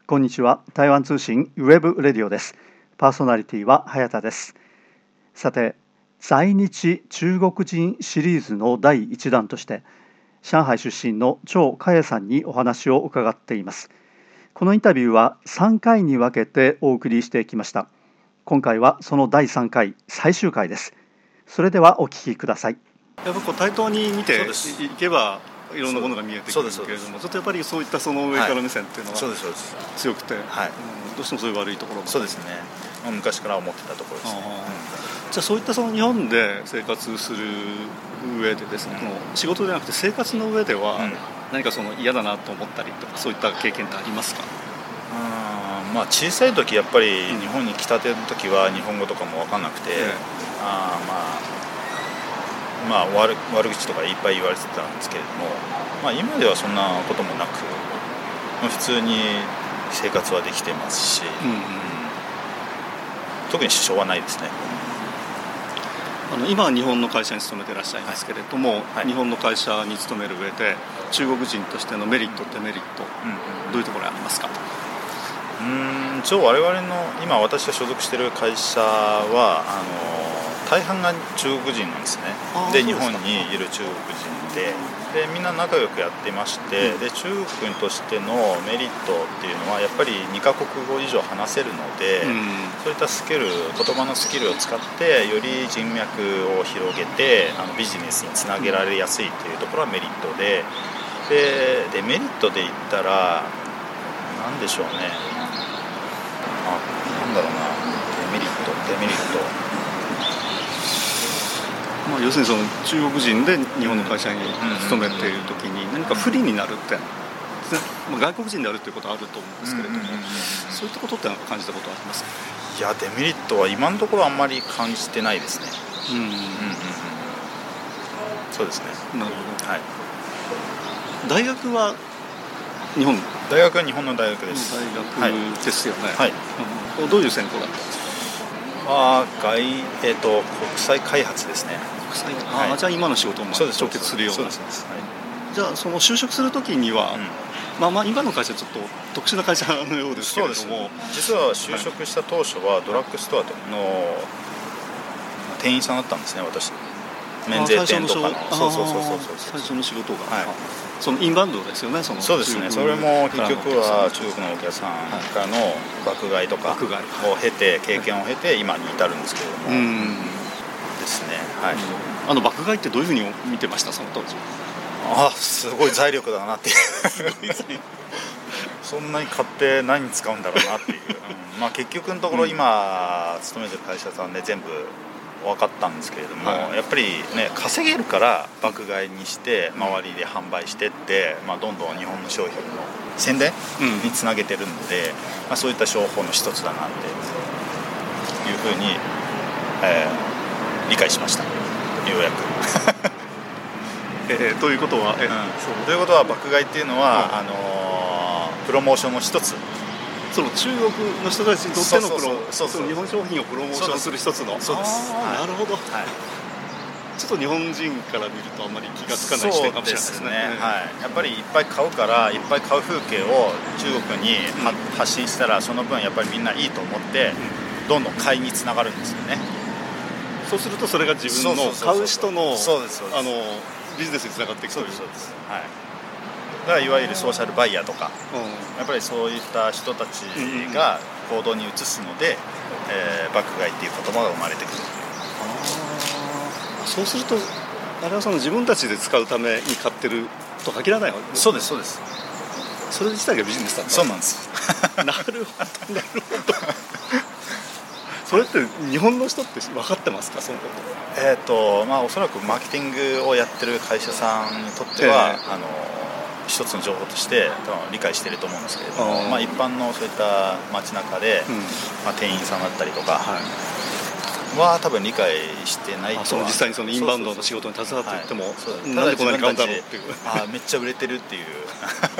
こんにちは。台湾通信ウェブレディオです。パーソナリティは早田です。さて、在日中国人シリーズの第1弾として上海出身の張佳恵さんにお話を伺っています。このインタビューは3回に分けてお送りしてきました。今回はその第3回最終回です。それではお聞きください。 やっぱこう対等に見ていけばいろんなものが見えてくるけれども、ちょっとやっぱりそういったその上から目線っていうのは強くて、どうしてもそういう悪いところもそうですね、昔から思ってたところですね。 じゃあそういったその日本で生活する上でですね、仕事ではなくて生活の上では何かその嫌だなと思ったりとかそういった経験ってありますか？ 小さい時やっぱり日本に来たての時は日本語とかも分かんなくて、悪口とかいっぱい言われてたんですけれども、今ではそんなこともなく、普通に生活はできてますし、特に支障はないですね。 今は日本の会社に勤めていらっしゃいますけれども、日本の会社に勤める上で中国人としてのメリットデメリット、どういうところにありますか？ 一応我々の今私が所属している会社は大半が中国人なんですね。で日本にいる中国人でみんな仲良くやっていまして、で中国としてのメリットっていうのはやっぱり2カ国語以上話せるので、そういったスキル、言葉のスキルを使ってより人脈を広げてビジネスにつなげられやすいというところはメリットで、デメリットで言ったら何でしょうね。なんだろうな、デメリット、 要するにその中国人で日本の会社に勤めている時に何か不利になるって、外国人であるということはあると思うんですけれども、そういったことって感じたことはありますか？ いや、デメリットは今のところあんまり感じてないですね。そうですね。 なるほど。大学は日本？ 大学は日本の大学です。 大学ですよね。どういう専攻だったんですか？ 国際開発ですね。 じゃあ今の仕事も直結するような。じゃあその就職するときには、今の会社はちょっと特殊な会社のようですけれども、 実は就職した当初はドラッグストアの店員さんだったんですね、私。免税店とかの最初の仕事が、そのインバウンドですよね。 そうですね。それも結局は中国のお客さんからの爆買いとかを経て、経験を経て今に至るんですけれども、ですね。 爆買いってどういうふうに見てました、その当時？ すごい財力だなっていうそんなに買って何に使うんだろうなっていう結局のところ今勤めてる会社さんで全部分かったんですけれども、やっぱりね、稼げるから爆買いにして周りで販売してって、どんどん日本の商品の宣伝につなげてるので、そういった商法の一つだなっていうふうに、理解しました、ようやくということは、 ということは爆買いっていうのは、プロモーションの一つ、 その中国の人たちにとっての日本商品をプロモーションする一つの。 そうです。 なるほど。ちょっと日本人から見るとあんまり気がつかない視点かもしれないですね。 やっぱりいっぱい買うからいっぱい買う風景を中国に発信したら、その分やっぱりみんないいと思ってどんどん買いにつながるんですよね。 そうするとそれが自分の買う人のビジネスにつながっていくという。 そうです。だからいわゆるソーシャルバイヤーとか、やっぱりそういった人たちが行動に移すので、爆買いっていう言葉が生まれてくる。 そうするとあれはその自分たちで使うために買ってると限らないわけですね。 そうです。 それ自体がビジネスだった。 そうなんですなるほどそれって日本の人って分かってますか、そのこと？ おそらくマーケティングをやってる会社さんにとっては、一つの情報として理解していると思うんですけれども、一般のそういった街中で、店員さんだったりとかは多分理解してないと。 実際にそのインバウンドの仕事に携わっていっても、なんでこんなに買うんだろうっていうめっちゃ売れてるっていうだ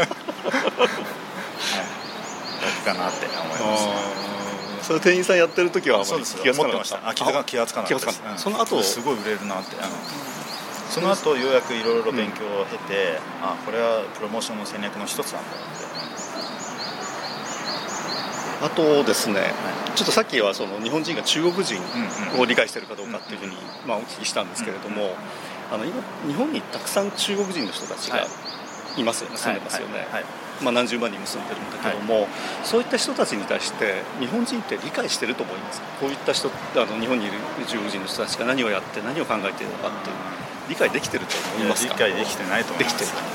けかなって思いますね。 それ店員さんやってる時はあまり気がつかなかった。 気がつかなかったです。 その後すごい売れるなって。その後ようやくいろいろ勉強を経て、これはプロモーションの戦略の一つなんだって。 あとですね、ちょっとさっきはその日本人が中国人を理解しているかどうかっていうふうにお聞きしたんですけれども、今日本にたくさん中国人の人たちがいますよね、住んでますよね、何十万人も住んでるんだけども、そういった人たちに対して日本人って理解してると思いますか？こういった人、日本にいる中国人の人たちが何をやって何を考えているのかっていう理解できてると思いますか？ 理解できてないと思います。 できてる、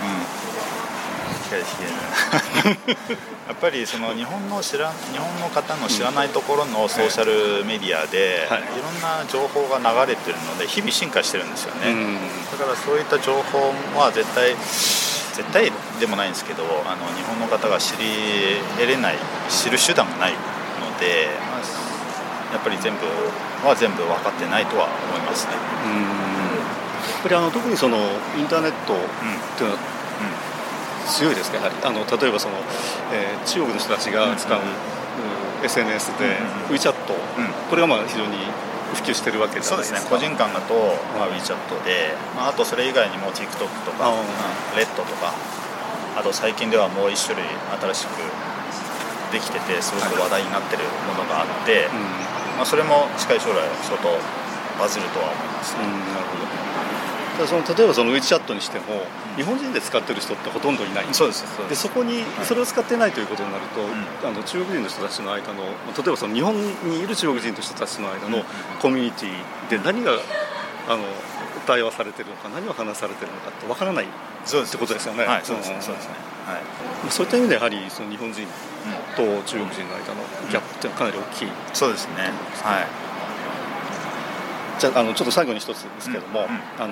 やっぱりその日本の方の知らないところのソーシャルメディアでいろんな情報が流れてるので日々進化してるんですよね、だからそういった情報は絶対でもないんですけど、日本の方が知る手段がないので、やっぱり全部分かってないとは思いますね。 やっぱり特にそのインターネットっていうのは強いですか？やはり例えばその、中国の人たちが使う、SNS で WeChat、これが非常に普及してるわけじゃないですか。 そうですね、個人間だと、WeChat で、あとそれ以外にも TikTok とか、レッドとか、あと最近ではもう一種類新しくできててすごく話題になってるものがあって、それも近い将来相当バズるとは思います、ね。 なるほど。例えばその WeChat にしても日本人で使ってる人ってほとんどいない。 そうです。 でそこにそれを使ってないということになると、中国人の人たちの間の、例えばその日本にいる中国人の人たちの間のコミュニティで何が対話されてるのか、何を話されてるのかってわからないってことですよね。 そうですね。 そういった意味でやはりその日本人と中国人の間のギャップってかなり大きい。 そうですね。 じゃあちょっと最後に一つですけども、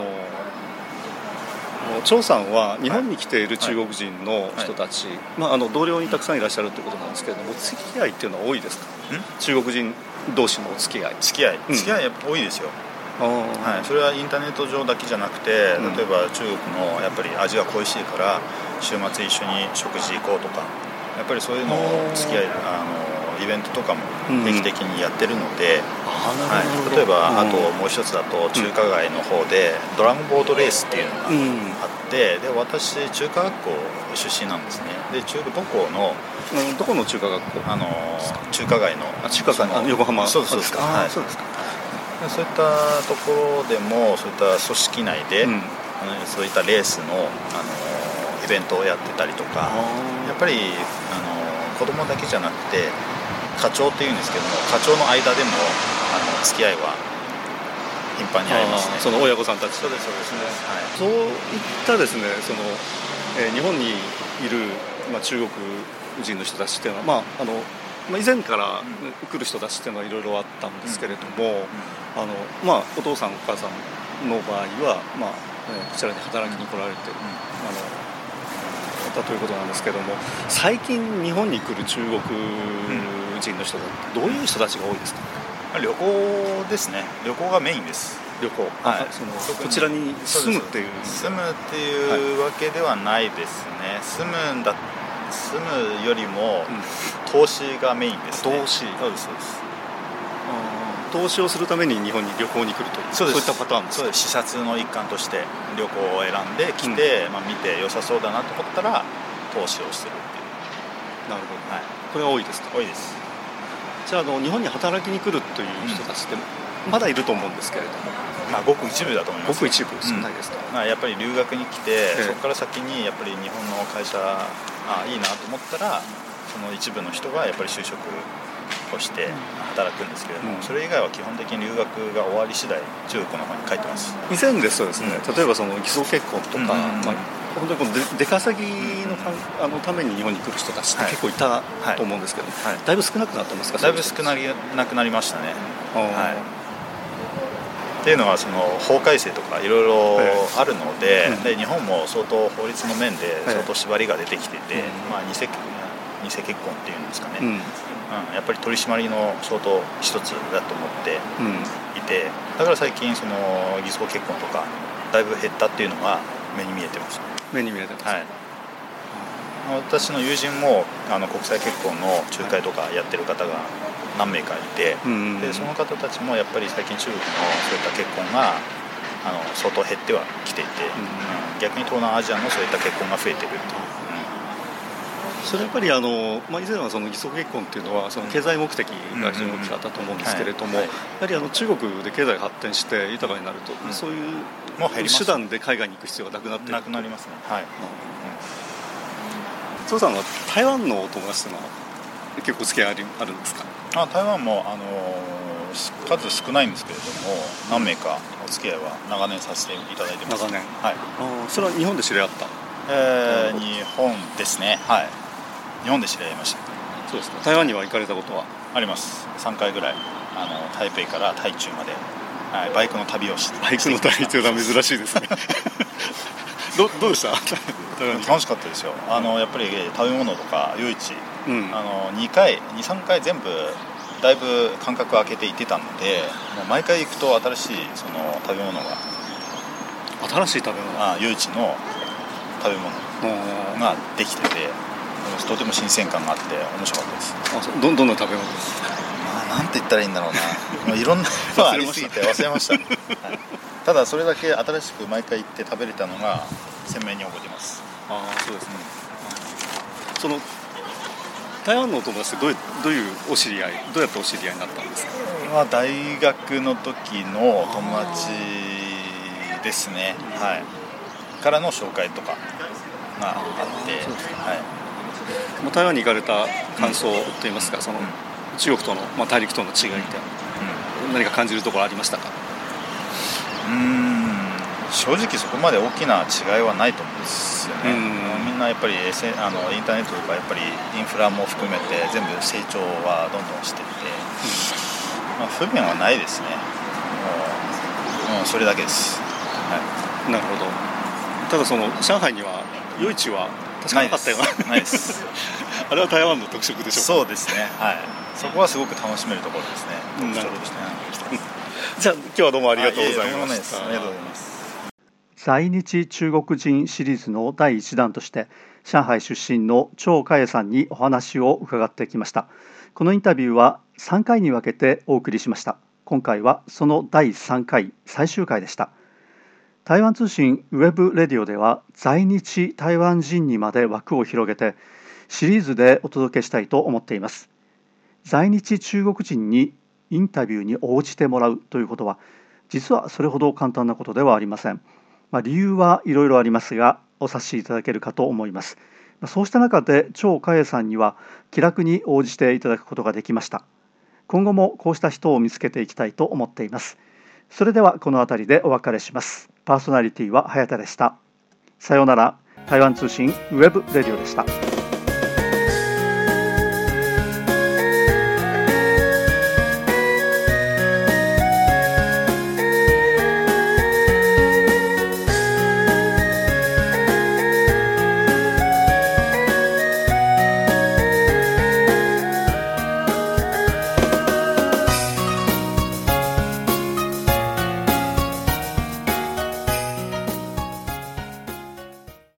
張さんは日本に来ている中国人の人たち、同僚にたくさんいらっしゃるということなんですけれども、付き合いっていうのは多いですか？中国人同士のお付き合い。付き合いやっぱ多いですよ。それはインターネット上だけじゃなくて、例えば中国のやっぱり味が恋しいから週末一緒に食事行こうとか、やっぱりそういうのを付き合いイベントとかも定期的にやってるので、例えばあともう一つだと中華街の方でドラムボードレースっていうのがあって、で私中華学校出身なんですね。で母校のどこの中華学校？ 中華街の横浜。 そうですか。そういったところでもそういった組織内で、そういったレースの、イベントをやってたりとか、やっぱり子供だけじゃなくて課長っていうんですけども、課長の間でも付き合いは頻繁にありますね。 その親御さんたち。そうですね。そういったですね、その、日本にいる、中国人の人たちっていうのは、以前から来る人たちっていうのはいろいろあったんですけれども、お父さんお母さんの場合は、こちらに働きに来られてだということなんですけども、最近日本に来る中国人の人はどういう人たちが多いですか？ 旅行ですね。旅行がメインです。 旅行。こちらに住むっていうわけではないですね。住むよりも投資がメインですね。 投資。 そうです。 投資をするために日本に旅行に来るという、そういったパターンですか？ そうです。視察の一環として旅行を選んで来て、見て良さそうだなと思ったら投資をするっていう。 なるほど。これは多いですか？ 多いです。 じゃあ日本に働きに来るという人たちってまだいると思うんですけれども、 ごく一部だと思います。 ごく一部少ないですか？ やっぱり留学に来て、そこから先にやっぱり日本の会社いいなと思ったら、その一部の人がやっぱり就職をして働くんですけれども、それ以外は基本的に留学が終わり次第中国の方に帰ってます。 以前ですとですね、例えばその偽装結婚とか、本当にこの出稼ぎのために日本に来る人たちって結構いたと思うんですけど、だいぶ少なくなってますか？ だいぶ少なくなりましたね。っていうのはその法改正とかいろいろあるので、日本も相当法律の面で相当縛りが出てきてて、偽結婚っていうんですかね、やっぱり取り締まりの相当一つだと思っていて、だから最近その偽装結婚とかだいぶ減ったっていうのが目に見えてます。 目に見えてます。 私の友人も国際結婚の仲介とかやってる方が何名かいて、でその方たちもやっぱり最近中国のそういった結婚が相当減ってはきていて、逆に東南アジアのそういった結婚が増えてるという。 それやっぱり以前はその義足結婚っていうのはその経済目的が非常に大きかったと思うんですけれども、やはり中国で経済が発展して豊かになると、そういう手段で海外に行く必要がなくなっていく。 なくなりますね。はい。 張さんは台湾のお友達というのは結構付き合いあるんですか？ 台湾も数少ないんですけれども、何名かお付き合いは長年させていただいてます。 長年。 はい。 それは日本で知り合った？ 日本ですね。はい。日本で知り合いました。 そうですか。台湾には行かれたことは？ あります。3回ぐらい台北から台中まで、はい、バイクの旅をして。 バイクの旅というのは珍しいですね。どうでした？ 楽しかったですよ。やっぱり食べ物とか夜市、2、3回全部だいぶ間隔を空けて行ってたので、もう毎回行くと新しいその食べ物が、 新しい食べ物、 夜市の食べ物ができてて、とても新鮮感があって面白かったです。 どんな食べ物ですか？ なんて言ったらいいんだろうな。いろんなのがありすぎて忘れました。はい、ただそれだけ新しく毎回行って食べれたのが鮮明に覚えています。 そうですね。その台湾のお友達ってどういうお知り合い、どうやってお知り合いになったんですか？ 大学の時の友達ですね。はい。からの紹介とかがあって、はい。 台湾に行かれた感想といいますか、その中国との、大陸との違いって何か感じるところありましたか？ 正直そこまで大きな違いはないと思うんですよね。みんなやっぱり、インターネットとかやっぱりインフラも含めて全部成長はどんどんしていて、不便はないですね。それだけです。はい、 なるほど。ただその上海には夜市は確かなかったような。 ないです。 あれは台湾の特色でしょうか？ そうですね。はい。そこはすごく楽しめるところですね。特徴としてね。 じゃあ今日はどうもありがとうございました。 ありがとうございます。 在日中国人シリーズの第1弾として上海出身の張佳恵さんにお話を伺ってきました。このインタビューは3回に分けてお送りしました。今回はその第3回最終回でした。台湾通信ウェブレディオでは在日台湾人にまで枠を広げてシリーズでお届けしたいと思っています。在日中国人にインタビューに応じてもらうということは実はそれほど簡単なことではありません。理由はいろいろありますがお察しいただけるかと思います。そうした中で張佳恵さんには気楽に応じていただくことができました。今後もこうした人を見つけていきたいと思っています。それではこの辺りでお別れします。パーソナリティは早田でした。さようなら。台湾通信ウェブレディオでした。